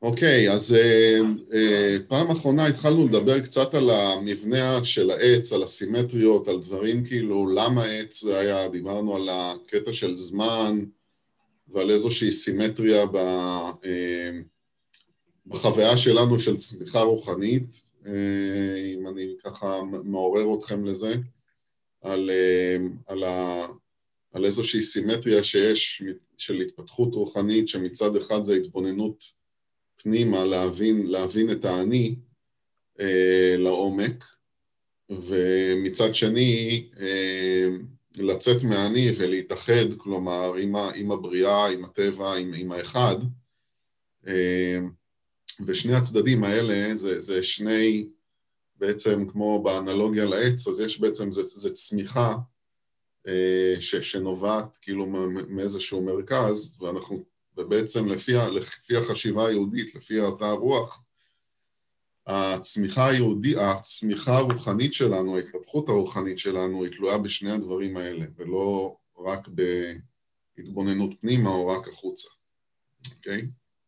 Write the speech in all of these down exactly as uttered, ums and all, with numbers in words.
אוקיי, אז אה, אה, פעם אחרונה התחלנו לדבר קצת על המבנה של העץ, על הסימטריות, על דברים כאילו למה עץ זה היה, דיברנו על הקטע של זמן ועל איזושהי סימטריה ב, אה, בחוויה שלנו של צמיחה רוחנית, אה, אם אני ככה מעורר אתכם לזה, על, אה, על, ה, על איזושהי סימטריה שיש של התפתחות רוחנית שמצד אחד זה התבוננות פנימה, להבין, להבין את האני אה, לעומק, ומצד שני אה, לצאת מהאני ולהתאחד, כלומר עם, ה, עם הבריאה, עם הטבע, עם, עם האחד, אה, ושני הצדדים האלה זה, זה שני, בעצם כמו באנלוגיה לעץ, אז יש בעצם, זה, זה צמיחה אה, ש, שנובעת כאילו מאיזשהו מרכז, ואנחנו ובעצם לפי, לפי החשיבה היהודית, לפי אותה הרוח, הצמיחה היהודית, הצמיחה הרוחנית שלנו, ההתפתחות הרוחנית שלנו, היא תלויה בשני הדברים האלה, ולא רק בהתבוננות פנימה או רק החוצה. אוקיי?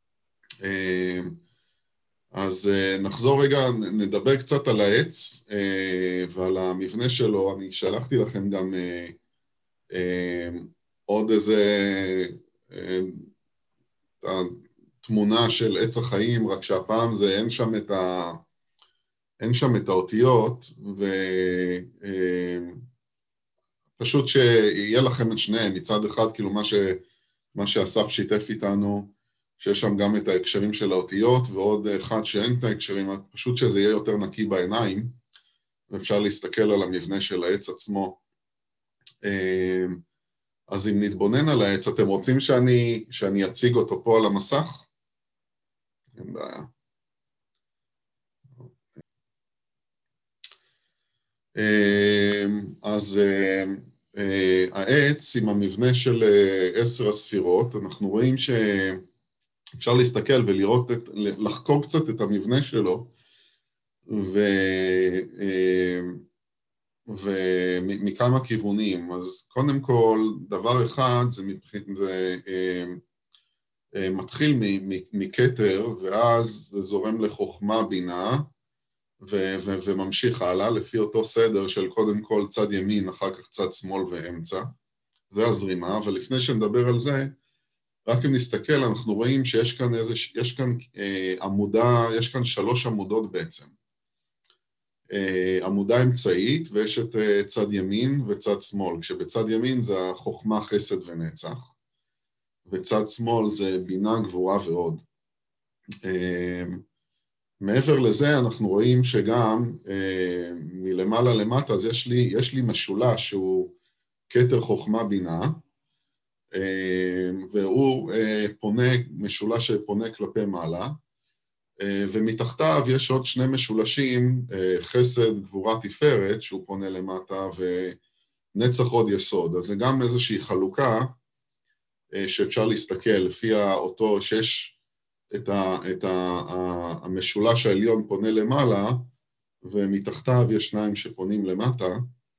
אז נחזור רגע, נדבר קצת על העץ ועל המבנה שלו. אני שלחתי לכם גם עוד איזה התמונה של עץ החיים, רק שהפעם זה אין שם את ה... אין שם את האותיות, ופשוט שיהיה לכם את שניהם, מצד אחד, כאילו מה, ש... מה שאסף שיתף איתנו, שיש שם גם את ההקשרים של האותיות, ועוד אחד שאין את ההקשרים, פשוט שזה יהיה יותר נקי בעיניים, ואפשר להסתכל על המבנה של העץ עצמו. אז אם נתבונן על העץ, אתם רוצים שאני, שאני אציג אותו פה על המסך? אין בעיה. אז העץ עם המבנה של עשר הספירות, אנחנו רואים שאפשר להסתכל ולראות, את, לחקור קצת את המבנה שלו, ו... ומכמה כיוונים. אז קודם כל, דבר אחד, זה, מבח... זה מתחיל מכתר, ואז זה זורם לחוכמה בינה, ו- ו- וממשיך הלאה, לפי אותו סדר של קודם כל צד ימין, אחר כך צד שמאל ואמצע. זה הזרימה, אבל לפני שנדבר על זה, רק אם נסתכל, אנחנו רואים שיש כאן איזה, יש כאן אה, עמודה, יש כאן שלוש עמודות בעצם. אה, עמודה אמצעית, ויש את אה, צד ימין וצד שמאל, כשבצד ימין זה החוכמה, חסד ונצח, וצד שמאל זה בינה, גבורה ועוד. אה, מעבר לזה אנחנו רואים שגם אה, מלמעלה למטה, אז יש לי, יש לי משולש שהוא כתר חוכמה בינה, אה, והוא אה, פונה, משולש שפונה כלפי מעלה, אה, ומתחתיו יש עוד שני משולשים, אה, חסד, גבורה, תפארת, שהוא פונה למטה, ונצח עוד יסוד. אז זה גם איזושהי חלוקה אה, שאפשר להסתכל לפי אותו שיש, את, ה, את ה, המשולש העליון פונה למעלה, ומתחתיו יש שניים שפונים למטה,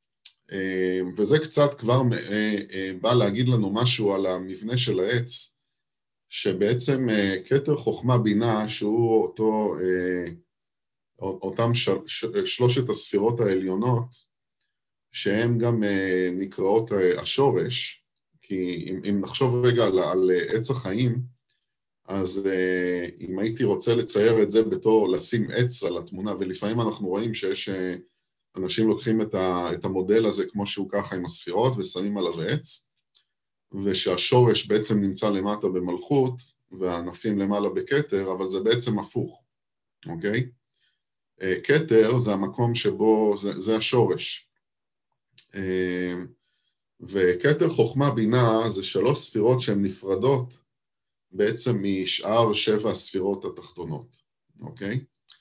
וזה קצת כבר בא להגיד לנו משהו על המבנה של העץ, שבעצם כתר חוכמה בינה, שהוא אותו, אותם שלושת הספירות העליונות, שהן גם נקראות השורש, כי אם, אם נחשוב רגע על, על עץ החיים, אז אם הייתי רוצה לצייר את זה בתור לשים עץ על התמונה, ולפעמים אנחנו רואים שיש אנשים לוקחים את המודל הזה כמו שהוא ככה עם הספירות ושמים עליו עץ, ושהשורש בעצם נמצא למטה במלכות, והענפים למעלה בכתר, אבל זה בעצם הפוך, אוקיי? כתר זה המקום שבו, זה, זה השורש. וכתר חוכמה בינה זה שלוש ספירות שהן נפרדות, בעצם משאר שבע הספירות התחתונות, אוקיי?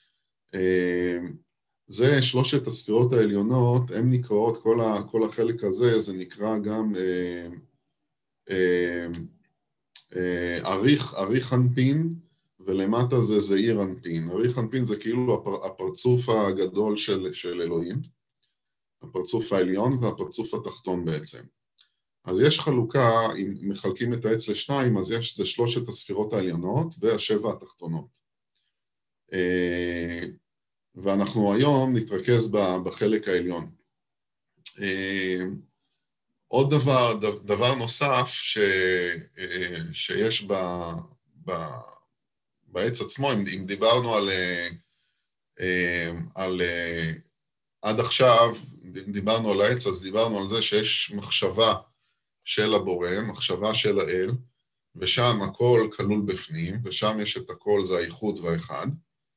זה שלושת הספירות העליונות, הן נקראות, כל, ה, כל החלק הזה, זה נקרא גם אה, אה, אה, אריך, אריך אנפין, ולמטה זה זעיר אנפין. אריך אנפין זה כאילו הפר, הפרצוף הגדול של, של אלוהים, הפרצוף העליון והפרצוף התחתון בעצם. אז יש חלוקה, אם מחלקים את העץ לשניים, אז יש, זה שלושת הספירות העליונות והשבע התחתונות. ואנחנו היום נתרכז בחלק העליון. עוד דבר, דבר נוסף ש, שיש ב, ב, בעץ עצמו, אם, אם דיברנו על, על, עד עכשיו, דיברנו על העץ, אז דיברנו על זה שיש מחשבה של הבורא, מחשבה של האל, ושם הכל כלול בפנים, ושם יש את הכל, זה הייחוד והאחד.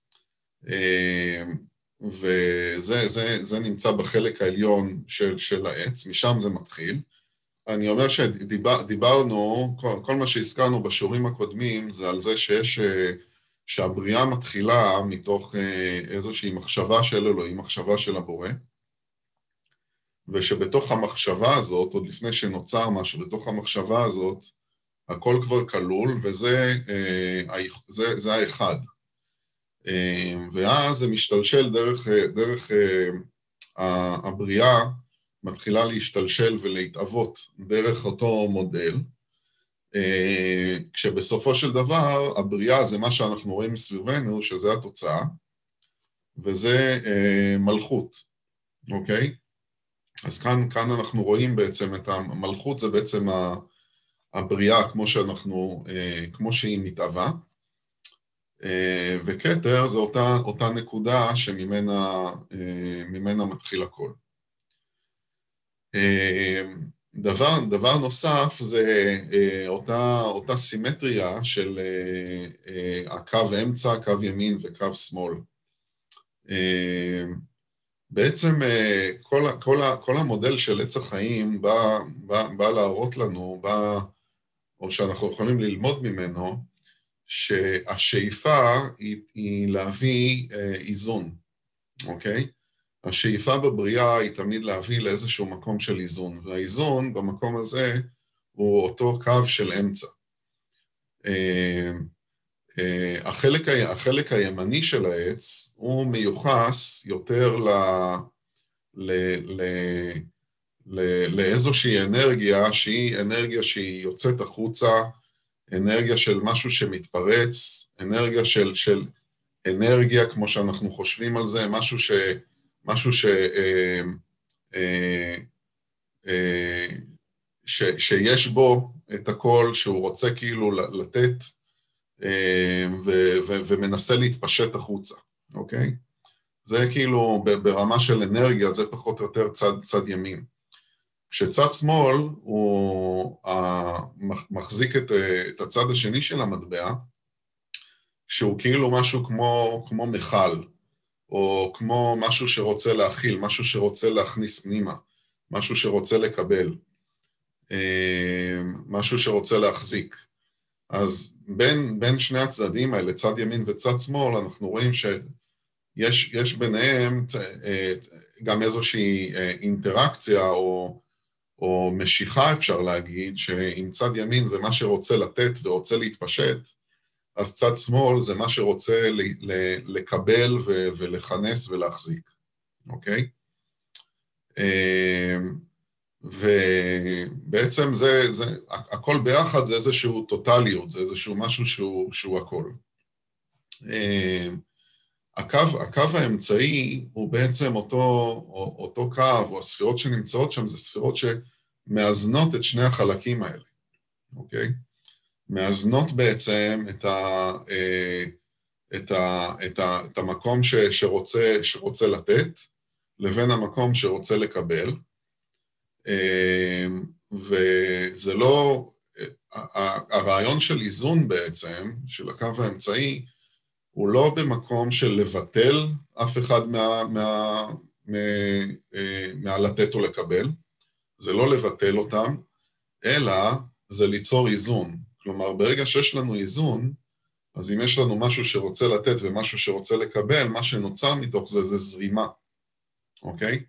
וזה זה, זה נמצא בחלק העליון של, של העץ, משם זה מתחיל. אני אומר שדיברנו, כל, כל מה שהזכרנו בשיעורים הקודמים, זה על זה שיש, שהבריאה מתחילה מתוך איזושהי מחשבה של אלוהים, מחשבה של הבורא, ושבתוך המחשבה הזאת, עוד לפני שנוצר משהו, בתוך המחשבה הזאת, הכל כבר כלול, וזה זה, זה האחד. ואז זה משתלשל דרך, דרך הבריאה, מתחילה להשתלשל ולהתאבות דרך אותו מודל, כשבסופו של דבר הבריאה זה מה שאנחנו רואים מסביבנו, שזה התוצאה, וזה מלכות, אוקיי? אז כאן, כאן אנחנו רואים בעצם את המלכות, זה בעצם הבריאה כמו שאנחנו, כמו שהיא מתאבה, וכתר זה אותה, אותה נקודה שממנה ממנה מתחיל הכל. דבר, דבר נוסף זה אותה, אותה סימטריה של הקו אמצע, קו ימין וקו שמאל. בעצם כל, כל, כל המודל של עץ החיים בא, בא, בא להראות לנו, בא, או שאנחנו יכולים ללמוד ממנו, שהשאיפה היא, היא להביא איזון, אוקיי? השאיפה בבריאה היא תמיד להביא לאיזשהו מקום של איזון, והאיזון במקום הזה הוא אותו קו של אמצע. החלק, החלק הימני של העץ הוא מיוחס יותר ל, ל, ל, ל, לאיזושהי אנרגיה שהיא אנרגיה שהיא יוצאת החוצה, אנרגיה של משהו שמתפרץ, אנרגיה של, של אנרגיה כמו שאנחנו חושבים על זה, משהו ש... משהו ש, אה, אה, אה, ש, שיש בו את הכל שהוא רוצה כאילו לתת אה, ו, ו, ומנסה להתפשט החוצה, אוקיי? זה כאילו ברמה של אנרגיה, זה פחות או יותר צד, צד ימין. כשצד שמאל הוא מחזיק את, את הצד השני של המטבע, שהוא כאילו משהו כמו, כמו מחל, או כמו משהו שרוצה להכיל, משהו שרוצה להכניס פנימה, משהו שרוצה לקבל, משהו שרוצה להחזיק. אז בין, בין שני הצדדים האלה, צד ימין וצד שמאל, אנחנו רואים שיש יש ביניהם גם איזושהי אינטראקציה או, או משיכה, אפשר להגיד, שאם צד ימין זה מה שרוצה לתת ורוצה להתפשט, אז צד שמאל זה מה שרוצה לקבל ולכנס ולהחזיק, אוקיי? ובעצם זה, זה, הכל ביחד זה איזשהו טוטליות, זה איזשהו משהו שהוא, שהוא הכל. הקו, הקו האמצעי הוא בעצם אותו, אותו קו, או הספירות שנמצאות שם, זה ספירות שמאזנות את שני החלקים האלה, אוקיי? מאזנות בעצם את, ה, את, ה, את, ה, את המקום ש, שרוצה, שרוצה לתת, לבין המקום שרוצה לקבל, וזה לא, הרעיון של איזון בעצם, של הקו האמצעי, הוא לא במקום של לבטל אף אחד מה, מה, מה, מה לתת או לקבל, זה לא לבטל אותם, אלא זה ליצור איזון. כלומר, ברגע שיש לנו איזון, אז אם יש לנו משהו שרוצה לתת ומשהו שרוצה לקבל, מה שנוצר מתוך זה זה זרימה, אוקיי?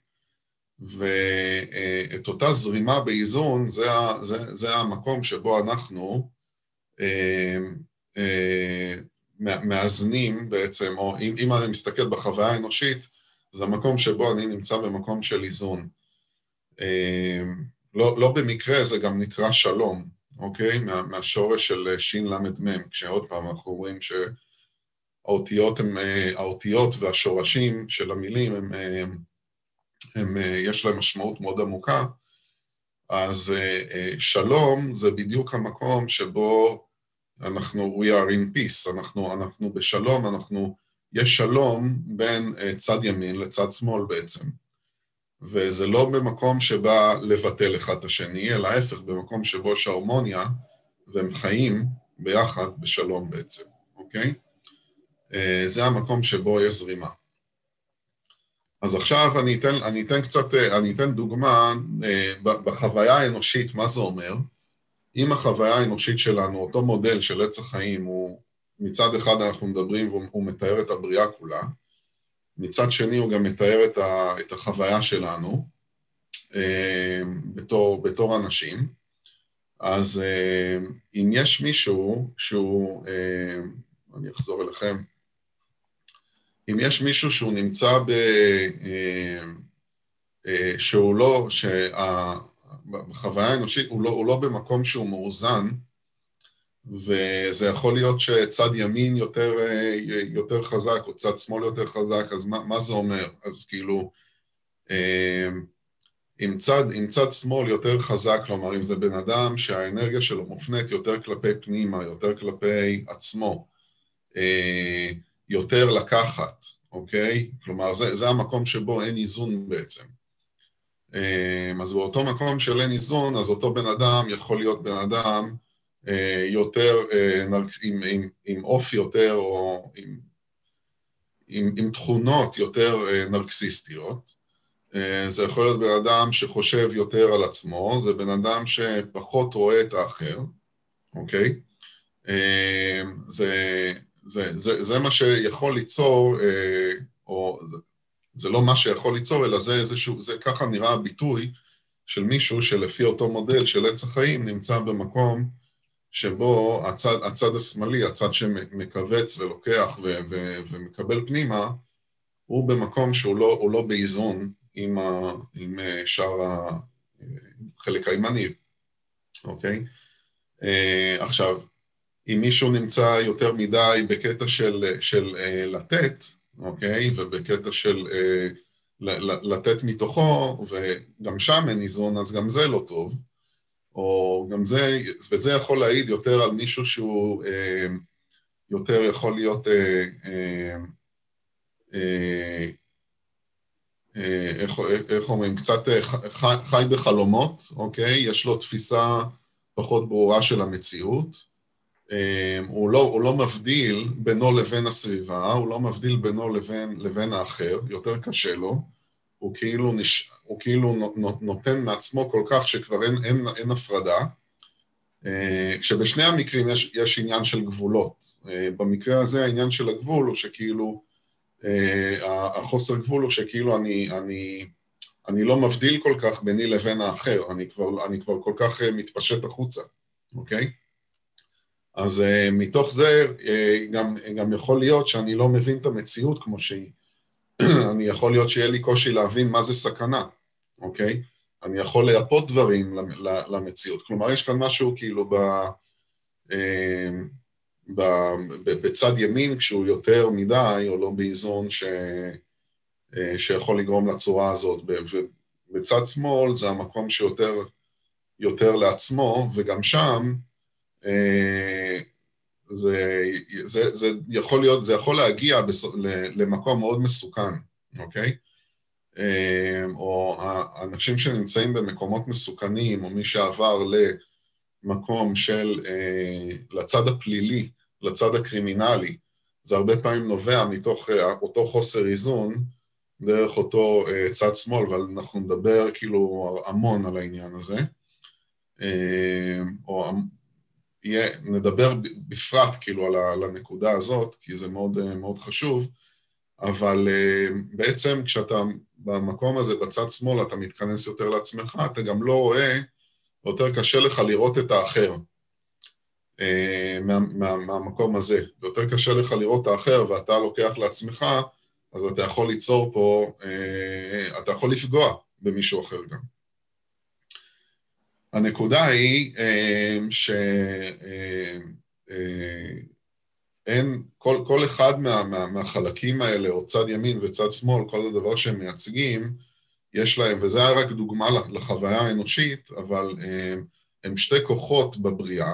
ואת אותה זרימה באיזון, זה, זה, זה המקום שבו אנחנו אה, אה, מאזנים בעצם, או אם, אם אני מסתכל בחוויה האנושית, זה המקום שבו אני נמצא במקום של איזון. אה, לא, לא במקרה זה גם נקרא שלום, אוקיי? מה, מהשורש של שין למד מם, כשעוד פעם אנחנו רואים האותיות, הם, האותיות והשורשים של המילים, הם, הם, הם, יש להם משמעות מאוד עמוקה, אז שלום זה בדיוק המקום שבו אנחנו, we are in peace, אנחנו, אנחנו בשלום, אנחנו, יש שלום בין צד ימין לצד שמאל בעצם. וזה לא במקום שבא לבטל אחד את השני, אלא ההפך, במקום שבו יש הרמוניה, והם חיים ביחד בשלום בעצם, אוקיי? זה המקום שבו יש זרימה. אז עכשיו אני אתן, אני אתן קצת, אני אתן דוגמה בחוויה האנושית, מה זה אומר? אם החוויה האנושית שלנו, אותו מודל של עץ החיים, הוא מצד אחד אנחנו מדברים והוא מתאר את הבריאה כולה, מצד שני הוא גם מתאר את, ה, את החוויה שלנו אה, בתור, בתור אנשים, אז אה, אם יש מישהו שהוא, אה, אני אחזור אליכם, אם יש מישהו שהוא נמצא ב... אה, אה, שהוא לא, שבחוויה האנושית הוא לא, הוא לא במקום שהוא מאוזן, וזה יכול להיות שצד ימין יותר, יותר חזק, או צד שמאל יותר חזק, אז מה, מה זה אומר? אז כאילו, אם צד, אם צד שמאל יותר חזק, כלומר, אם זה בן אדם שהאנרגיה שלו מופנית יותר כלפי פנימה, יותר כלפי עצמו, יותר לקחת, אוקיי? כלומר, זה, זה המקום שבו אין איזון בעצם. אז באותו מקום של אין איזון, אז אותו בן אדם יכול להיות בן אדם, יותר, עם, עם, עם אופי יותר, או עם, עם, עם תכונות יותר נרקסיסטיות. זה יכול להיות בן אדם שחושב יותר על עצמו, זה בן אדם שפחות רואה את האחר, אוקיי? זה, זה, זה, זה מה שיכול ליצור, או זה לא מה שיכול ליצור, אלא זה איזשהו, זה ככה נראה הביטוי של מישהו שלפי אותו מודל של עץ החיים נמצא במקום, שבו הצד, הצד השמאלי, הצד שמקבץ ולוקח ו, ו, ומקבל פנימה, הוא במקום שהוא לא, הוא לא באיזון עם, ה, עם שאר החלק הימני, אוקיי? עכשיו, אם מישהו נמצא יותר מדי בקטע של, של לתת, אוקיי? ובקטע של לתת מתוכו, וגם שם אין איזון, אז גם זה לא טוב. או גם זה, וזה יכול להעיד יותר על מישהו שהוא אה, יותר יכול להיות, אה, אה, אה, איך, איך אומרים, קצת חי, חי בחלומות, אוקיי? יש לו תפיסה פחות ברורה של המציאות, אה, הוא, לא, הוא לא מבדיל בינו לבין הסביבה, הוא לא מבדיל בינו לבין, לבין האחר, יותר קשה לו, הוא כאילו, נש, הוא כאילו נותן מעצמו כל כך שכבר אין, אין, אין הפרדה, כשבשני המקרים יש, יש עניין של גבולות. במקרה הזה העניין של הגבול הוא שכאילו, החוסר גבול הוא שכאילו אני, אני, אני לא מבדיל כל כך ביני לבין האחר, אני כבר, אני כבר כל כך מתפשט החוצה, אוקיי? אז מתוך זה גם, גם יכול להיות שאני לא מבין את המציאות כמו שהיא. אני יכול להיות שיהיה לי קושי להבין מה זה סכנה, אוקיי? אני יכול לייפות דברים למציאות. כלומר, יש כאן משהו כאילו ב, ב, ב, בצד ימין, כשהוא יותר מדי, או לא באיזון ש, שיכול לגרום לצורה הזאת. ובצד שמאל זה המקום שיותר יותר לעצמו, וגם שם זה, זה, זה יכול להיות, זה יכול להגיע למקום מאוד מסוכן, אוקיי? או האנשים שנמצאים במקומות מסוכנים, או מי שעבר למקום של, לצד הפלילי, לצד הקרימינלי, זה הרבה פעמים נובע מתוך אותו חוסר איזון, דרך אותו צד שמאל, אבל אנחנו נדבר כאילו המון על העניין הזה, או נדבר בפרט כאילו על הנקודה הזאת, כי זה מאוד, מאוד חשוב, אבל בעצם כשאתה במקום הזה בצד שמאל אתה מתכנס יותר לעצמך, אתה גם לא רואה, יותר קשה לך לראות את האחר מה, מה, מהמקום הזה, ויותר קשה לך לראות את האחר ואתה לוקח לעצמך, אז אתה יכול ליצור פה, אתה יכול לפגוע במישהו אחר גם. הנקודה היא ש... אין, כל, כל אחד מה, מה, מהחלקים האלה, או צד ימין וצד שמאל, כל הדבר שהם מייצגים, יש להם, וזה היה רק דוגמה לחוויה האנושית, אבל הם, הם שתי כוחות בבריאה,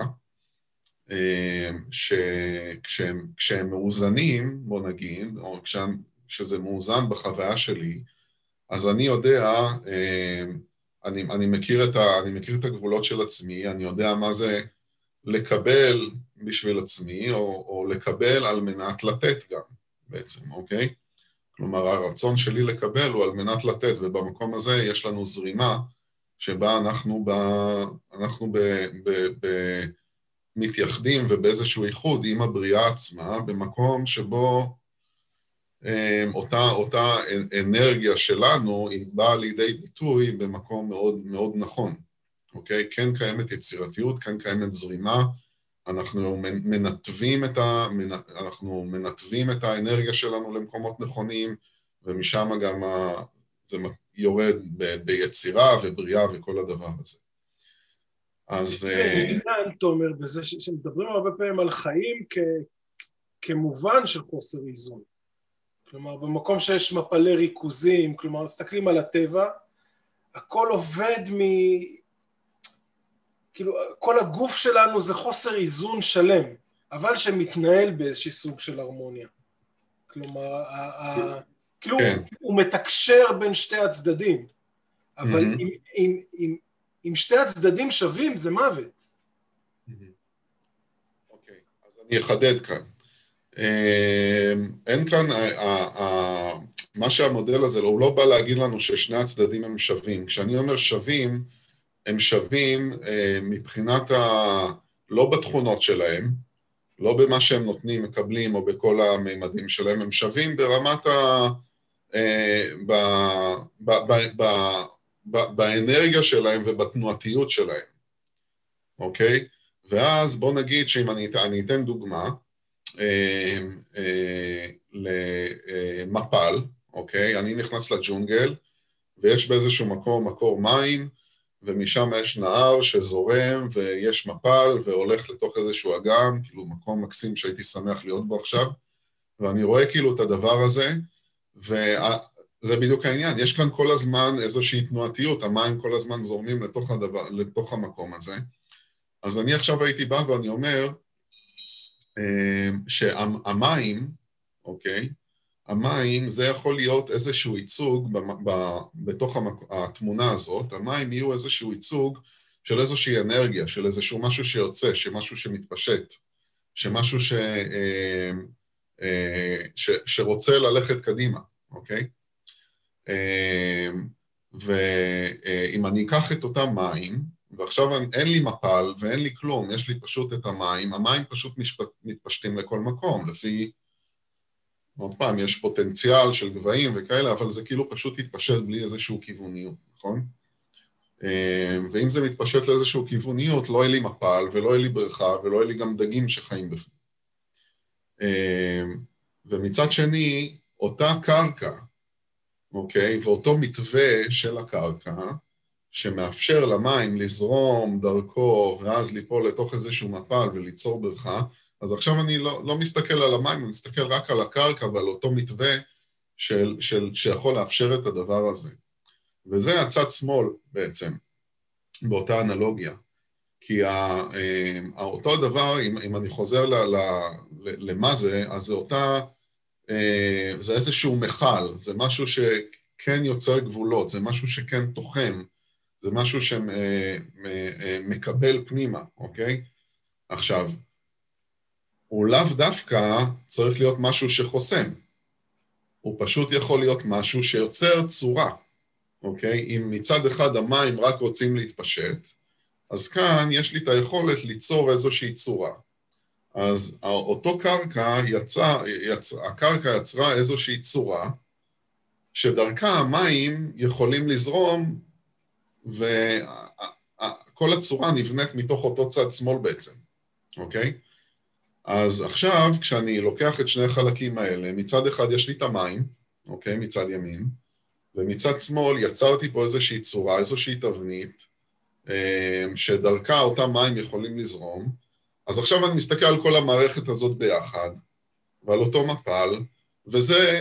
שכשהם, כשהם מאוזנים, בוא נגיד, או כשהם, כשזה מאוזן בחוויה שלי, אז אני יודע, אני, אני מכיר את ה, אני מכיר את הגבולות של עצמי, אני יודע מה זה לקבל בשביל עצמי, או, או לקבל על מנת לתת גם, בעצם, אוקיי? כלומר, הרצון שלי לקבל הוא על מנת לתת, ובמקום הזה יש לנו זרימה שבה אנחנו, ב, אנחנו ב, ב, ב, מתייחדים ובאיזשהו איחוד עם הבריאה עצמה, במקום שבו אותה, אותה אנרגיה שלנו היא באה לידי ביטוי במקום מאוד מאוד נכון, אוקיי? כן קיימת יצירתיות, כן קיימת זרימה, אנחנו מנתבים את, ה, אנחנו מנתבים את האנרגיה שלנו למקומות נכונים, ומשם גם ה, זה יורד ב, ביצירה ובריאה וכל הדבר הזה. אז... זה עניין, תומר, בזה שמדברים הרבה פעמים על חיים כ, כמובן של חוסר איזון. כלומר, במקום שיש מפלי ריכוזים, כלומר, מסתכלים על הטבע, הכל עובד מ... כאילו, כל הגוף שלנו זה חוסר איזון שלם, אבל שמתנהל באיזשהו סוג של הרמוניה. כלומר, ה... ה... כאילו, כן. הוא מתקשר בין שתי הצדדים, אבל mm-hmm. אם, אם, אם, אם שתי הצדדים שווים, זה מוות. אוקיי, אז אני אחדד כאן. אין כאן, מה שהמודל הזה, הוא לא בא להגיד לנו ששני הצדדים הם שווים. כשאני אומר שווים, הם שווים מבחינת ה... לא בתכונות שלהם, לא במה שהם נותנים, מקבלים, או בכל המימדים שלהם, הם שווים ברמת ה... ב... ב... ב... ב... ב... באנרגיה שלהם ובתנועתיות שלהם, אוקיי? ואז בוא נגיד שאם אני, אני אתן דוגמה, למפל, אוקיי? אני נכנס לג'ונגל, ויש באיזשהו מקום, מקור מים, ומשם יש נהר שזורם, ויש מפל, והולך לתוך איזשהו אגם, כאילו מקום מקסים שהייתי שמח להיות בו עכשיו, ואני רואה כאילו את הדבר הזה, וזה בדיוק העניין, יש כאן כל הזמן איזושהי תנועתיות, המים כל הזמן זורמים לתוך הדבר, לתוך המקום הזה, אז אני עכשיו הייתי בא ואני אומר, שהמים, אוקיי, המים זה יכול להיות איזשהו ייצוג בתוך התמונה הזאת, המים יהיו איזשהו ייצוג של איזושהי אנרגיה, של איזשהו משהו שיוצא, שמשהו שמתפשט, שמשהו ש, ש, שרוצה ללכת קדימה, אוקיי? ואם אני אקח את אותם מים, ועכשיו אין לי מפל ואין לי כלום, יש לי פשוט את המים, המים פשוט משפט, מתפשטים לכל מקום, לפי, עוד פעם, יש פוטנציאל של גבהים וכאלה, אבל זה כאילו פשוט יתפשט בלי איזשהו כיווניות, נכון? ואם זה מתפשט לאיזשהו כיווניות, לא יהיה לי מפל ולא יהיה לי בריכה ולא יהיה לי גם דגים שחיים בפנים. ומצד שני, אותה קרקע, אוקיי, ואותו מתווה של הקרקע, שמאפשר למים לזרום דרכו, ואז ליפול לתוך איזשהו מפל וליצור בריכה, אז עכשיו אני לא, לא מסתכל על המים, אני מסתכל רק על הקרקע ועל אותו מתווה של, של, שיכול לאפשר את הדבר הזה. וזה הצד שמאל בעצם, באותה אנלוגיה. כי אותו הדבר, אם, אם אני חוזר ל, ל, ל, למה זה, אז זה אותה, זה איזשהו מחל, זה משהו שכן יוצר גבולות, זה משהו שכן תוחם, זה משהו שמקבל פנימה, אוקיי? עכשיו, הוא לאו דווקא צריך להיות משהו שחוסם, הוא פשוט יכול להיות משהו שיוצר צורה, אוקיי? אם מצד אחד המים רק רוצים להתפשט, אז כאן יש לי את היכולת ליצור איזושהי צורה. אז אותו קרקע יצא, יצא, הקרקע יצרה איזושהי צורה, שדרכה המים יכולים לזרום, וכל הצורה נבנית מתוך אותו צד שמאל בעצם, אוקיי? אז עכשיו, כשאני לוקח את שני החלקים האלה, מצד אחד יש לי את המים, אוקיי? מצד ימין, ומצד שמאל יצרתי פה איזושהי צורה, איזושהי תבנית, שדרכה אותם מים יכולים לזרום, אז עכשיו אני מסתכל על כל המערכת הזאת ביחד, ועל אותו מפל, וזה,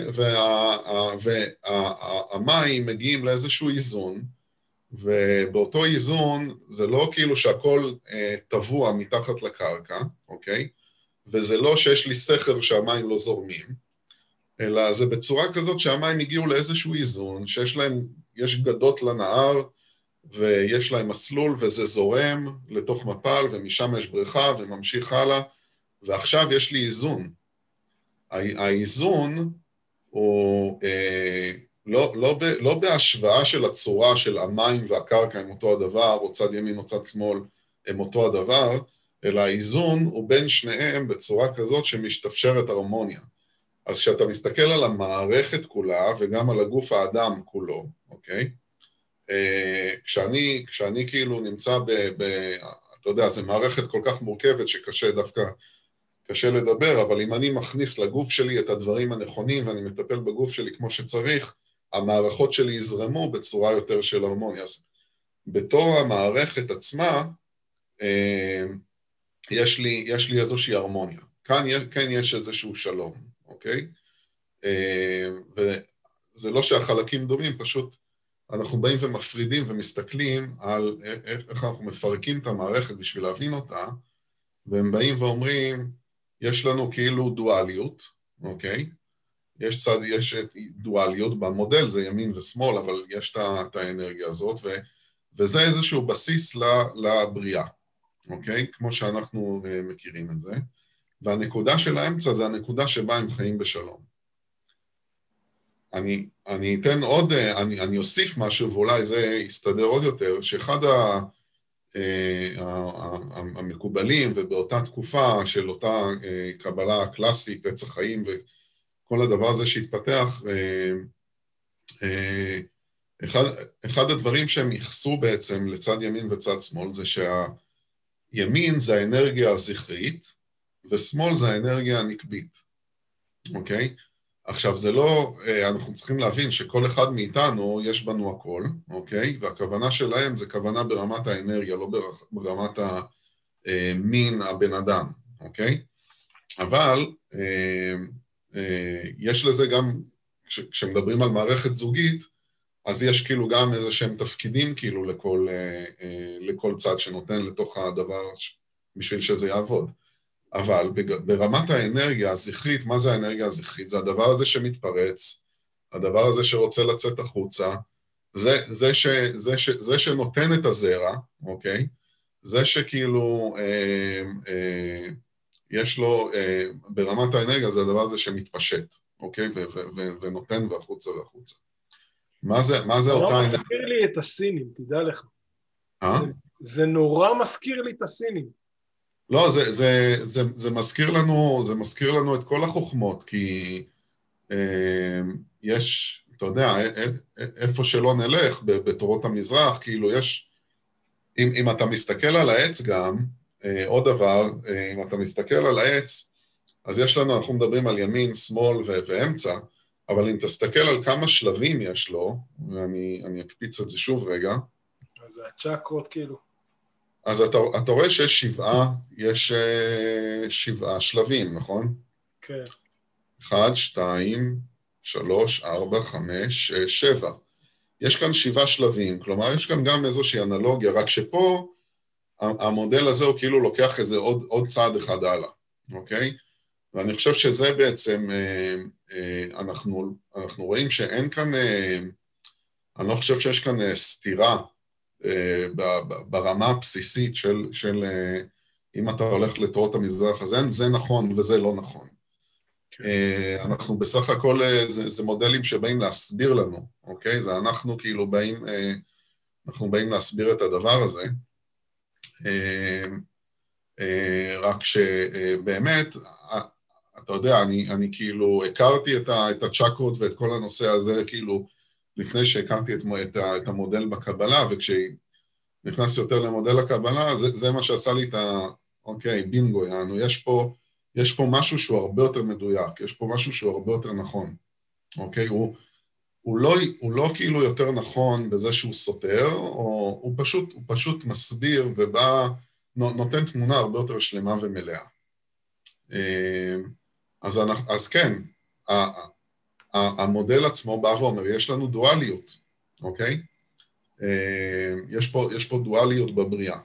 והמים מגיעים לאיזשהו איזון, ובאותו איזון זה לא כאילו שהכל אה, טבוע מתחת לקרקע, אוקיי? וזה לא שיש לי סכר שהמים לא זורמים, אלא זה בצורה כזאת שהמים הגיעו לאיזשהו איזון, שיש להם, יש גדות לנהר, ויש להם מסלול וזה זורם לתוך מפל, ומשם יש בריכה וממשיך הלאה, ועכשיו יש לי איזון. האיזון הוא אה, לא, לא, ב, לא בהשוואה של הצורה של המים והקרקע הם אותו הדבר, או צד ימין או צד שמאל הם אותו הדבר, אלא האיזון הוא בין שניהם בצורה כזאת שמשתפשרת הרמוניה. אז כשאתה מסתכל על המערכת כולה וגם על הגוף האדם כולו, אוקיי? כשאני, כשאני כאילו נמצא ב, ב... אתה יודע, זו מערכת כל כך מורכבת שקשה דווקא, קשה לדבר, אבל אם אני מכניס לגוף שלי את הדברים הנכונים ואני מטפל בגוף שלי כמו שצריך, המערכות שלי יזרמו בצורה יותר של הרמוניה. אז בתור המערכת עצמה, יש לי, יש לי איזושהי הרמוניה. כאן כן יש איזשהו שלום, אוקיי? וזה לא שהחלקים דומים, פשוט אנחנו באים ומפרידים ומסתכלים על איך אנחנו מפרקים את המערכת בשביל להבין אותה, והם באים ואומרים, יש לנו כאילו דואליות, אוקיי? יש צד, יש דואליות במודל, זה ימין ושמאל, אבל יש את האנרגיה הזאת, ו, וזה איזשהו בסיס לבריאה, אוקיי? כמו שאנחנו מכירים את זה. והנקודה של האמצע זה הנקודה שבה הם חיים בשלום. אני, אני אתן עוד, אני, אני אוסיף משהו, ואולי זה יסתדר עוד יותר, שאחד ה, המקובלים, ובאותה תקופה של אותה קבלה הקלאסית, עץ החיים וכל הדבר הזה שהתפתח, אחד, אחד הדברים שהם ייחסו בעצם לצד ימין וצד שמאל, זה שהימין זה האנרגיה הזכרית, ושמאל זה האנרגיה הנקבית, אוקיי? עכשיו זה לא, אנחנו צריכים להבין שכל אחד מאיתנו יש בנו הכל, אוקיי? והכוונה שלהם זה כוונה ברמת האנרגיה, לא ברמת המין הבן אדם, אוקיי? אבל יש לזה גם, כשמדברים על מערכת זוגית, אז יש כאילו גם איזה שהם תפקידים כאילו לכל, לכל צד שנותן לתוך הדבר בשביל שזה יעבוד. אבל ברמת האנרגיה הזכרית, מה זה האנרגיה הזכרית? זה הדבר הזה שמתפרץ, הדבר הזה שרוצה לצאת החוצה, זה, זה, ש, זה, ש, זה שנותן את הזרע, אוקיי? זה שכאילו אה, אה, יש לו, אה, ברמת האנרגיה זה הדבר הזה שמתפשט, אוקיי? ו, ו, ו, ונותן והחוצה והחוצה. מה זה, מה זה אותה נורא אנרגיה? מזכיר לי את הסינים, תדע לך. אה? זה, זה נורא מזכיר לי את הסינים. לא, זה, זה, זה, זה מזכיר לנו, זה מזכיר לנו את כל החוכמות, כי אה, יש, אתה יודע, איפה שלא נלך, בתורות המזרח, כאילו יש, אם, אם אתה מסתכל על העץ גם, אה, עוד דבר, אה, אם אתה מסתכל על העץ, אז יש לנו, אנחנו מדברים על ימין, שמאל ו- ואמצע, אבל אם תסתכל על כמה שלבים יש לו, ואני אני אקפיץ את זה שוב רגע, אז זה הצ'קרות כאילו. אז אתה, אתה רואה שיש שבעה, יש uh, שבעה שלבים, נכון? כן. אחד, שתיים, שלוש, ארבע, חמש, שש, שבע. יש כאן שבעה שלבים, כלומר יש כאן גם איזושהי אנלוגיה, רק שפה המודל הזה הוא כאילו לוקח איזה עוד, עוד צעד אחד הלאה, אוקיי? ואני חושב שזה בעצם, אה, אה, אנחנו, אנחנו רואים שאין כאן, אה, אני לא חושב שיש כאן אה, סתירה, ברמה הבסיסית של, של אם אתה הולך לתורות המזרח, אז אין, זה נכון וזה לא נכון. אנחנו בסך הכל, זה, זה מודלים שבאים להסביר לנו, אוקיי? זה אנחנו כאילו באים, אנחנו באים להסביר את הדבר הזה, רק שבאמת, אתה יודע, אני, אני כאילו הכרתי את, ה, את הצ'קרות ואת כל הנושא הזה, כאילו, לפני שהכרתי את, את, את המודל בקבלה, וכשנכנסתי יותר למודל הקבלה, זה, זה מה שעשה לי את ה... אוקיי, בינגו, יענו, יש פה, יש פה משהו שהוא הרבה יותר מדויק, יש פה משהו שהוא הרבה יותר נכון, אוקיי? הוא, הוא, לא, הוא לא כאילו יותר נכון בזה שהוא סותר, או הוא פשוט, הוא פשוט מסביר ובא נותן תמונה הרבה יותר שלמה ומלאה. אז, אז כן, המודל עצמו בא ואומר, יש לנו דואליות, אוקיי? יש פה, יש פה דואליות בבריאה.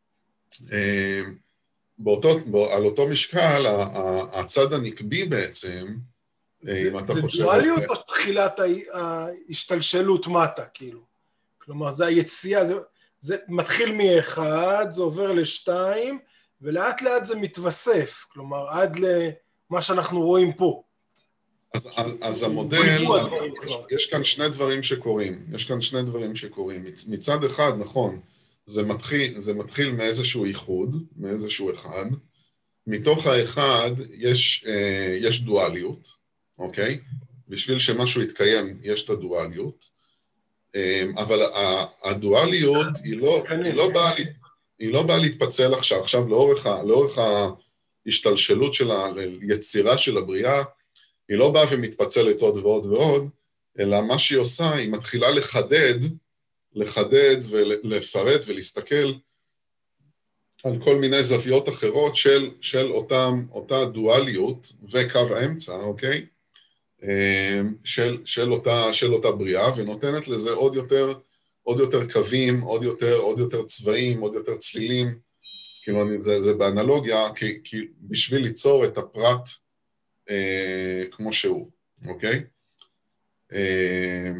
באותו, על אותו משקל, הצד הנקבי בעצם, זה, אם אתה זה חושב... זה דואליות או תחילת ההשתלשלות מטה, כאילו? כלומר, זה היציאה, זה, זה מתחיל מאחד, זה עובר לשתיים, ולאט לאט זה מתווסף, כלומר, עד למה שאנחנו רואים פה. אז, אז, אז המודל, אז יש, יש כאן שני דברים שקורים, יש כאן שני דברים שקורים. מצד אחד, נכון, זה מתחיל, זה מתחיל מאיזשהו איחוד, מאיזשהו אחד. מתוך האחד יש, יש דואליות, אוקיי? בשביל שמשהו יתקיים, יש את הדואליות. אבל הדואליות היא לא, היא לא באה, היא לא באה להתפצל עכשיו, עכשיו לאורך, לאורך ההשתלשלות של היצירה של הבריאה, היא לא באה ומתפצלת עוד ועוד ועוד, אלא מה שהיא עושה, היא מתחילה לחדד, לחדד ולפרט ולהסתכל על כל מיני זוויות אחרות של, של אותם, אותה דואליות וקו האמצע, אוקיי? של, של, אותה, של אותה בריאה, ונותנת לזה עוד יותר, עוד יותר קווים, עוד יותר, עוד יותר צבעים, עוד יותר צלילים, כאילו זה, זה באנלוגיה, כי, כי בשביל ליצור את הפרט אה, כמו שהוא, אוקיי? אה,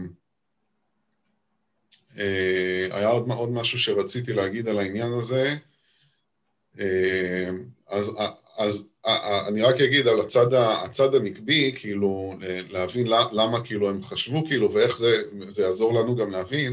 אה, היה עוד, עוד משהו שרציתי להגיד על העניין הזה, אה, אז, אז אני רק אגיד על הצד, הצד הנקבי, כאילו, להבין למה כאילו הם חשבו, כאילו, ואיך זה, זה יעזור לנו גם להבין,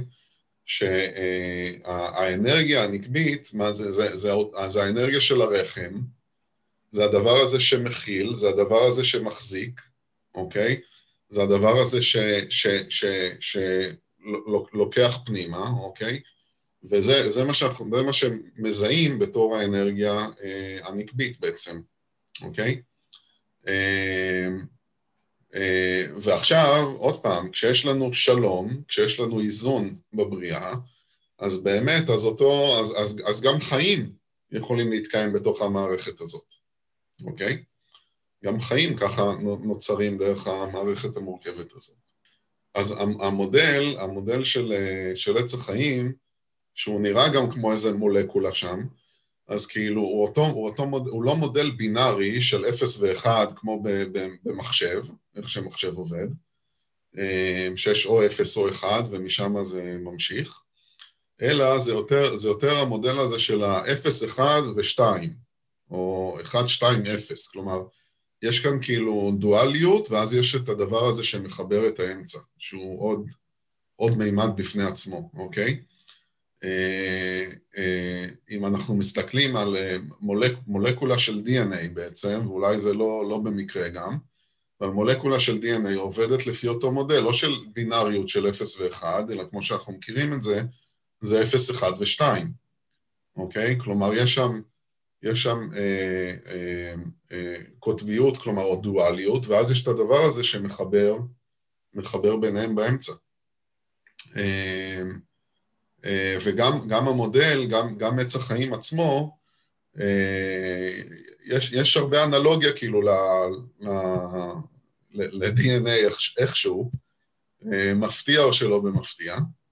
שהאנרגיה הנקבית, מה זה, זה, זה, זה האנרגיה של הרחם, זה הדבר הזה שמכיל, זה הדבר הזה שמחזיק, אוקיי? זה הדבר הזה ש, ש, ש, ש, לוקח פנימה, אוקיי? וזה זה מה, שאנחנו, זה מה שמזהים בתור האנרגיה אה, הנקבית בעצם, אוקיי? אה, אה, ועכשיו, עוד פעם, כשיש לנו שלום, כשיש לנו איזון בבריאה, אז באמת, אז אותו, אז, אז, אז גם חיים יכולים להתקיים בתוך המערכת הזאת, אוקיי? גם חיים ככה נוצרים דרך המערכת המורכבת הזאת. אז המודל, המודל של, של עץ החיים, שהוא נראה גם כמו איזה מולקולה שם, אז כאילו הוא, אותו, הוא, אותו מודל, הוא לא מודל בינארי של אפס ואחד כמו במחשב, איך שמחשב עובד, שיש או אפס או אחד ומשם זה ממשיך, אלא זה יותר, זה יותר המודל הזה של ה-אפס, אחד ו-שתיים, או אחד, שתיים, אפס, כלומר, יש כאן כאילו דואליות, ואז יש את הדבר הזה שמחבר את האמצע, שהוא עוד, עוד מימד בפני עצמו, אוקיי? אם אנחנו מסתכלים על מולק, מולקולה של די אן איי בעצם, ואולי זה לא, לא במקרה גם, אבל מולקולה של די אן איי עובדת לפי אותו מודל, לא של בינאריות של אפס ואחד, אלא כמו שאנחנו מכירים את זה, זה אפס, אחד ושתיים, אוקיי? כלומר, יש שם, יש שם אה, אה, אה, קוטביות, כלומר, או דואליות, ואז יש את הדבר הזה שמחבר, מחבר ביניהם באמצע. אה, וגם גם המודל, גם, גם עץ החיים עצמו, יש, יש הרבה אנלוגיה כאילו ל-די אן איי איכשהו, מפתיע או שלא במפתיע,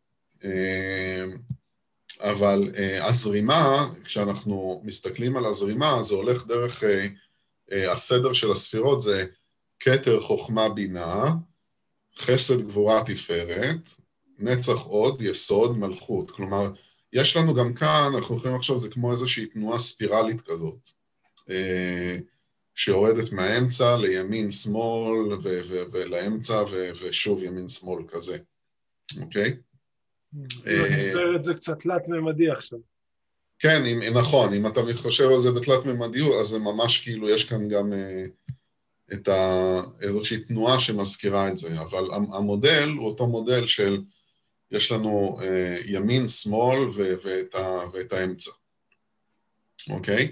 אבל הזרימה, כשאנחנו מסתכלים על הזרימה, זה הולך דרך הסדר של הספירות, זה כתר חוכמה בינה, חסד גבורה תפארת, נצח עוד, יסוד, מלכות. כלומר, יש לנו גם כאן, אנחנו יכולים לחשוב, זה כמו איזושהי תנועה ספירלית כזאת, שיורדת מהאמצע לימין, שמאל, ו- ו- ולאמצע, ו- ושוב ימין, שמאל כזה. אוקיי? נדבר את זה קצת תלת-ממדי עכשיו. כן, נכון, אם אתה מתחשב על זה בתלת-ממדיות, אז זה ממש כאילו, יש כאן גם את איזושהי תנועה שמזכירה את זה, אבל המודל הוא אותו מודל של יש לנו אה, ימין, שמאל ו- ואת, ה- ואת האמצע, אוקיי?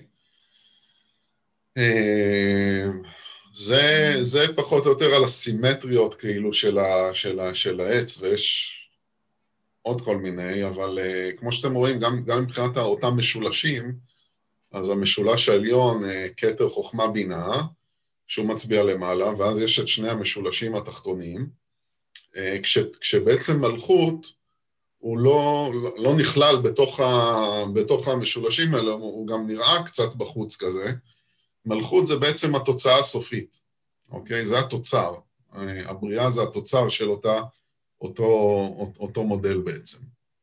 אה, זה, זה פחות או יותר על הסימטריות כאילו של, ה- של, ה- של העץ, ויש עוד כל מיני, אבל אה, כמו שאתם רואים, גם, גם מבחינת אותם משולשים, אז המשולש העליון, כתר חוכמה בינה, שהוא מצביע למעלה, ואז יש את שני המשולשים התחתונים, כש, כשבעצם מלכות הוא לא, לא נכלל בתוך, ה, בתוך המשולשים האלה, הוא גם נראה קצת בחוץ כזה. מלכות זה בעצם התוצאה הסופית, אוקיי? זה התוצר. הבריאה זה התוצר של אותה, אותו, אותו מודל בעצם.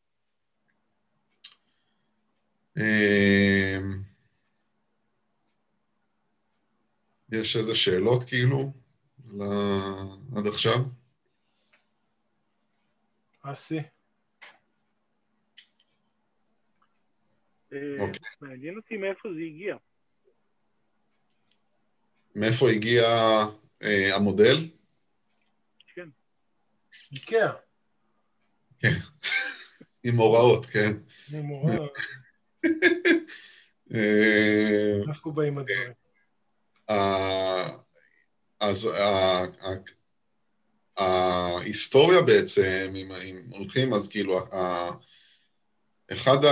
יש איזה שאלות כאילו עד עכשיו? אסי. מעניין אותי מאיפה זה הגיע. מאיפה הגיע המודל? כן. איקאה. כן. עם הוראות, כן. עם הוראות. אנחנו באים הדברים. אז ההיסטוריה בעצם, אם הולכים, אז כאילו, אחד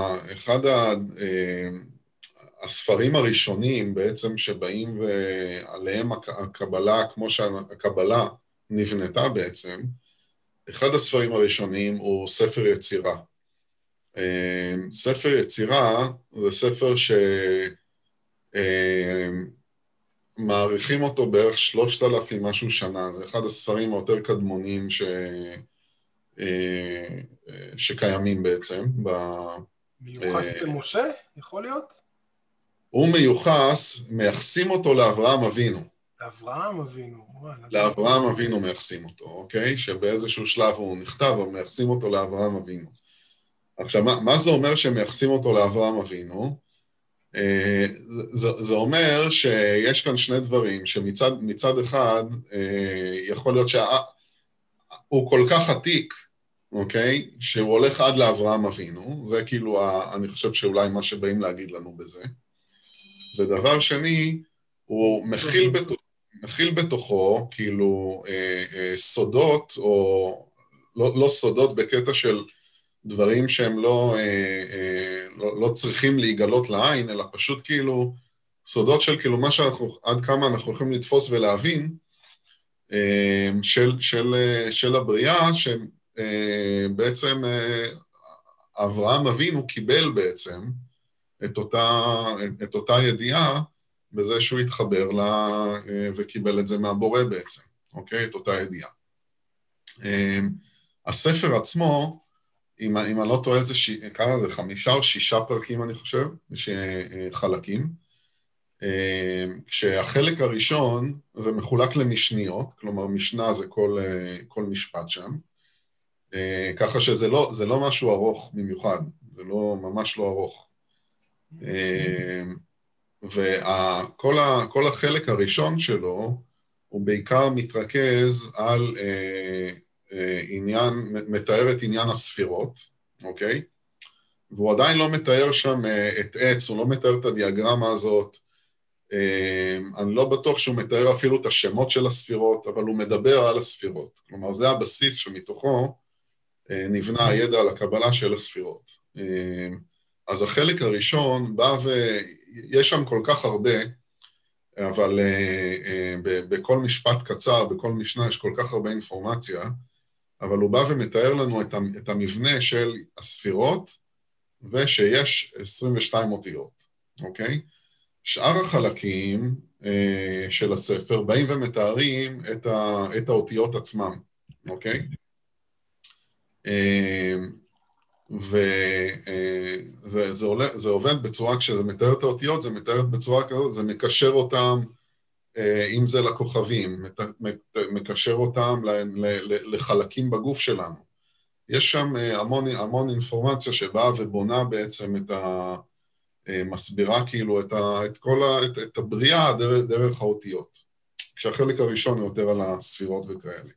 הספרים הראשונים בעצם שבאים ועליהם הקבלה, כמו שהקבלה נבנתה בעצם, אחד הספרים הראשונים הוא ספר יצירה. ספר יצירה זה ספר שמעריכים אותו בערך שלושת אלפים משהו שנה, זה אחד הספרים היותר קדמונים ש... שקיימים בעצם. מיוחס למשה, יכול להיות? הוא מיוחס, מייחסים אותו לאברהם אבינו. לאברהם אבינו. לאברהם אבינו מייחסים אותו, אוקיי? שבאיזשהו שלב הוא נכתב, אבל מייחסים אותו לאברהם אבינו. עכשיו, מה, מה זה אומר שמייחסים אותו לאברהם אבינו? זה, זה אומר שיש כאן שני דברים, שמצד מצד אחד יכול להיות שהוא כל כך עתיק, אוקיי? שהוא הולך עד לאברהם אבינו, זה כאילו, אני חושב שאולי מה שבאים להגיד לנו בזה. ודבר שני, הוא מכיל, בתוכו, מכיל בתוכו, כאילו, סודות, או לא, לא סודות בקטע של דברים שהם לא, לא, לא צריכים להיגלות לעין, אלא פשוט כאילו, סודות של כאילו מה שאנחנו, עד כמה אנחנו יכולים לתפוס ולהבין, של, של, של הבריאה, שבעצם אברהם אבינו קיבל בעצם את אותה, את אותה ידיעה, בזה שהוא התחבר לה וקיבל את זה מהבורא בעצם, אוקיי? את אותה ידיעה. הספר עצמו, אם, אם אני לא טועה, זה ש... כמה זה? חמישה או שישה פרקים, אני חושב, יש חלקים. כשהחלק הראשון זה מחולק למשניות, כלומר משנה זה כל, כל משפט שם, ככה שזה לא, זה לא משהו ארוך במיוחד, זה לא, ממש לא ארוך. וכל החלק הראשון שלו הוא בעיקר מתרכז על עניין, מתאר את עניין הספירות, אוקיי? והוא עדיין לא מתאר שם את עץ, הוא לא מתאר את הדיאגרמה הזאת, אני לא בטוח שהוא מתאר אפילו את השמות של הספירות, אבל הוא מדבר על הספירות, כלומר זה הבסיס שמתוכו נבנה הידע על הקבלה של הספירות. אז החלק הראשון בא ויש שם כל כך הרבה, אבל בכל משפט קצר, בכל משנה יש כל כך הרבה אינפורמציה, אבל הוא בא ומתאר לנו את המבנה של הספירות, ושיש עשרים ושתיים אותיות, אוקיי? שאר החלקים של הספר באים ומתארים את האותיות עצמם, אוקיי? וזה זה עובד בצורה, כשזה מתאר את האותיות, זה מתאר בצורה כזאת, זה מקשר אותם, אם זה לכוכבים, מקשר אותם לחלקים בגוף שלנו. יש שם המון, המון אינפורמציה שבאה ובונה בעצם את ה... מסבירה כאילו את, ה, את כל ה, את, את הבריאה דרך, דרך האותיות. כשהחלק הראשון הוא יותר על הספירות וכאלה.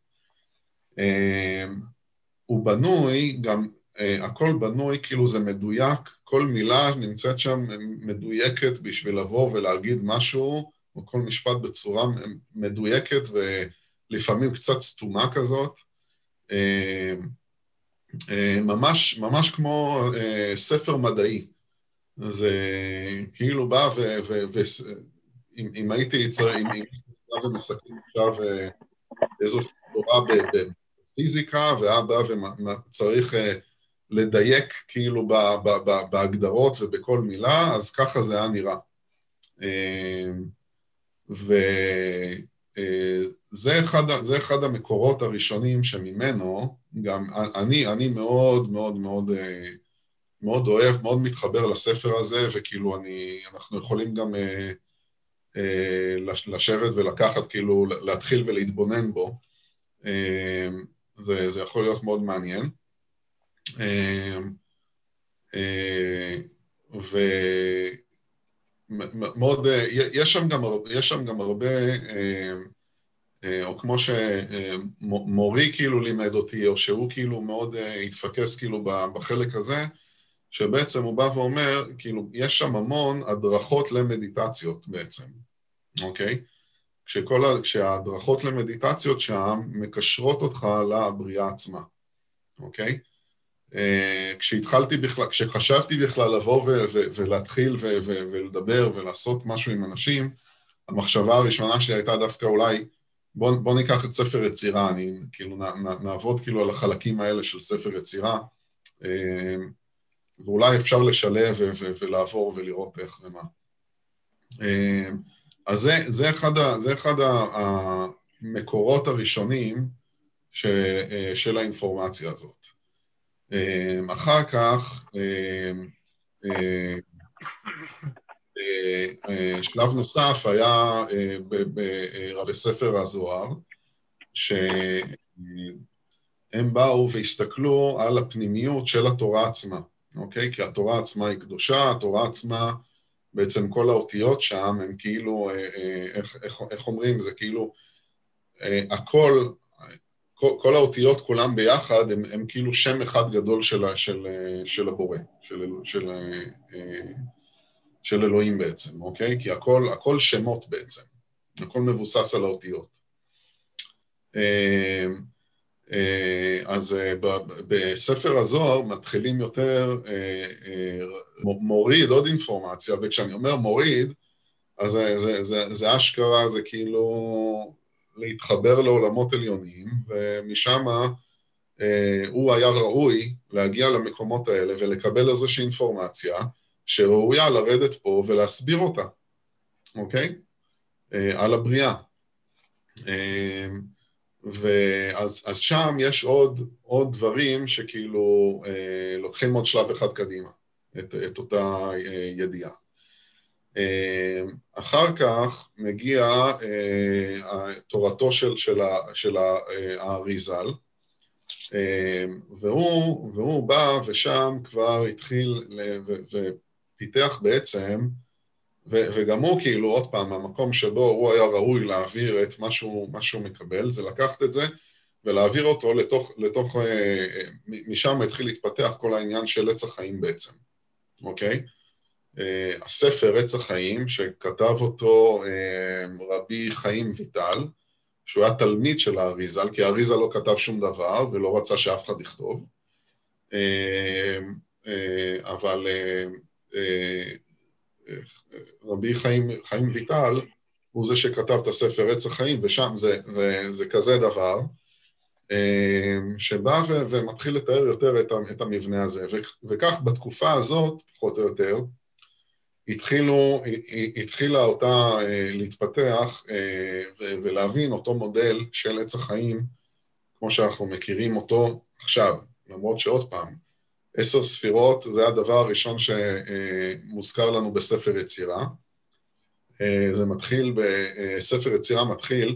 הוא בנוי, גם הכל בנוי, כאילו זה מדויק, כל מילה נמצאת שם מדויקת בשביל לבוא ולהגיד משהו, או כל משפט בצורה מדויקת ולפעמים קצת סתומה כזאת. ממש, ממש כמו ספר מדעי. זה כאילו בא ואם הייתי צריך, אם הייתי ומסכים עכשיו איזושהי תורה בפיזיקה, והיה בא וצריך לדייק כאילו בהגדרות ובכל מילה, אז ככה זה היה נראה. וזה אחד, זה אחד המקורות הראשונים שממנו, גם אני, אני מאוד מאוד מאוד מאוד אוהב, מאוד מתחבר לספר הזה, וכאילו אני, אנחנו יכולים גם אה, אה, לשבת ולקחת, כאילו להתחיל ולהתבונן בו. אה, זה, זה יכול להיות מאוד מעניין. אה, אה, ומאוד, יש שם גם, יש שם גם הרבה, אה, אה, או כמו שמורי כאילו לימד אותי, או שהוא כאילו מאוד התפקס כאילו בחלק הזה, שבעצם הוא בא ואומר, כאילו, יש שם המון הדרכות למדיטציות בעצם, אוקיי? כשכל, כשההדרכות למדיטציות שם מקשרות אותך לבריאה עצמה, אוקיי? כשהתחלתי בכלל, כשחשבתי בכלל לבוא ו- ו- ולהתחיל ו- ו- ולדבר ולעשות משהו עם אנשים, המחשבה הראשונה שלי הייתה דווקא אולי, בוא, בוא ניקח את ספר יצירה, אני כאילו נ- נעבוד כאילו על החלקים האלה של ספר יצירה, ואולי אפשר לשלב ו- ו- ולעבור ולראות איך ומה. אז זה, זה אחד, ה- זה אחד המקורות הראשונים ש- של האינפורמציה הזאת. אחר כך, שלב נוסף היה בספר הזוהר, שהם באו והסתכלו על הפנימיות של התורה עצמה. אוקיי? כי התורה עצמה היא קדושה, התורה עצמה, בעצם כל האותיות שם, הם כאילו, איך, איך, איך אומרים, זה כאילו, הכל, כל, כל האותיות כולם ביחד, הם, הם כאילו שם אחד גדול של, של, של הבורא, של, של, של אלוהים בעצם, אוקיי? כי הכל, הכל שמות בעצם, הכל מבוסס על האותיות. אז בספר הזוהר מתחילים יותר, מוריד עוד אינפורמציה, וכשאני אומר מוריד, אז זה, זה, זה, זה אשכרה, זה כאילו להתחבר לעולמות עליונים, ומשם הוא היה ראוי להגיע למקומות האלה ולקבל איזושהי אינפורמציה שראויה לרדת פה ולהסביר אותה, אוקיי? על הבריאה. ואז אז שם יש עוד, עוד דברים שכאילו אה, לוקחים עוד שלב אחד קדימה, את, את אותה אה, ידיעה. אה, אחר כך מגיע אה, תורתו של, של, של האריז"ל, אה, והוא, והוא בא ושם כבר התחיל ו, ופיתח בעצם, ו- וגם הוא כאילו, עוד פעם, המקום שבו הוא היה ראוי להעביר את מה שהוא, מה שהוא מקבל, זה לקחת את זה ולהעביר אותו לתוך, לתוך, משם התחיל להתפתח כל העניין של עץ החיים בעצם, אוקיי? הספר עץ החיים, שכתב אותו רבי חיים ויטל, שהוא היה תלמיד של האריז"ל, כי האריז"ל לא כתב שום דבר ולא רצה שאף אחד יכתוב, אבל רבי חיים, חיים ויטל הוא זה שכתב את הספר עץ החיים, ושם זה, זה, זה כזה דבר, שבא ו, ומתחיל לתאר יותר את, את המבנה הזה, ו, וכך בתקופה הזאת, פחות או יותר, התחילו, התחילה אותה להתפתח ו, ולהבין אותו מודל של עץ החיים, כמו שאנחנו מכירים אותו עכשיו, למרות שעוד פעם, עשר ספירות זה הדבר הראשון שמוזכר לנו בספר יצירה. זה מתחיל, בספר יצירה מתחיל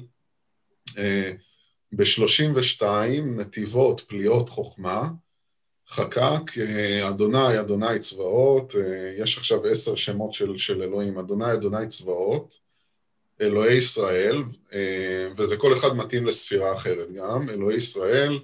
ב-שלושים ושתיים נתיבות פליאות חוכמה, חקק, אדוני, אדוני צבאות, יש עכשיו עשר שמות של, של אלוהים, אדוני, אדוני צבאות, אלוהי ישראל, וזה כל אחד מתאים לספירה אחרת גם, אלוהי ישראל,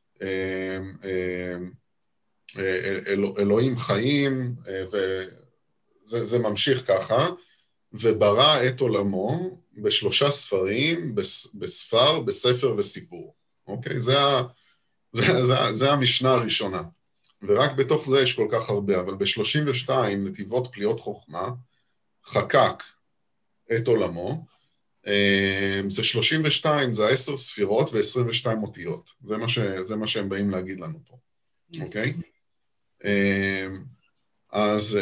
אל, אלוהים חיים, וזה זה ממשיך ככה, וברא את עולמו בשלושה ספרים, בספר, בספר וסיפור. אוקיי? זה, זה, זה, זה המשנה הראשונה. ורק בתוך זה יש כל כך הרבה, אבל ב-שלושים ושתיים נתיבות פליאות חוכמה חקק את עולמו, זה שלושים ושתיים, זה עשר ספירות ו-עשרים ושתיים אותיות, זה מה, ש, זה מה שהם באים להגיד לנו פה, אוקיי? אז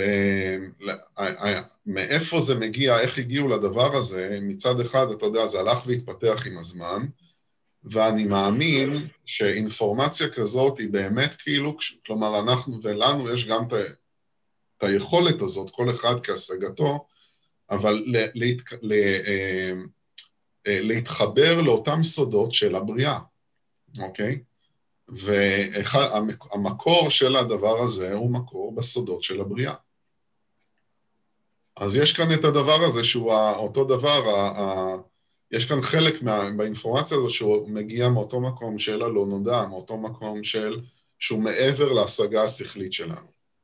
מאיפה זה מגיע, איך הגיעו לדבר הזה, מצד אחד, אתה יודע, זה הלך והתפתח עם הזמן, ואני מאמין שאינפורמציה כזאת היא באמת כאילו, כלומר אנחנו ולנו יש גם את היכולת הזאת, כל אחד כהשגתו, אבל להת, להתחבר לאותם סודות של הבריאה, אוקיי? והמקור של הדבר הזה הוא מקור בסודות של הבריאה. אז יש כאן את הדבר הזה שהוא אותו דבר, יש כאן חלק מה, באינפורמציה הזאת שהוא מגיע מאותו מקום של הלא נודע, מאותו מקום של, שהוא מעבר להשגה השכלית שלנו.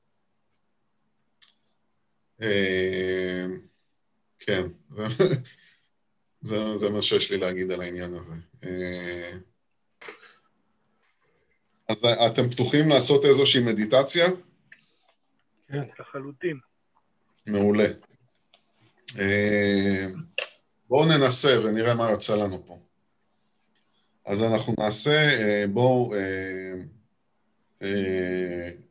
כן, זה, זה מה שיש לי להגיד על העניין הזה. אז אתם פתוחים לעשות איזושהי מדיטציה? כן, לחלוטין. מעולה. בואו ננסה ונראה מה יוצא לנו פה. אז אנחנו נעשה, בואו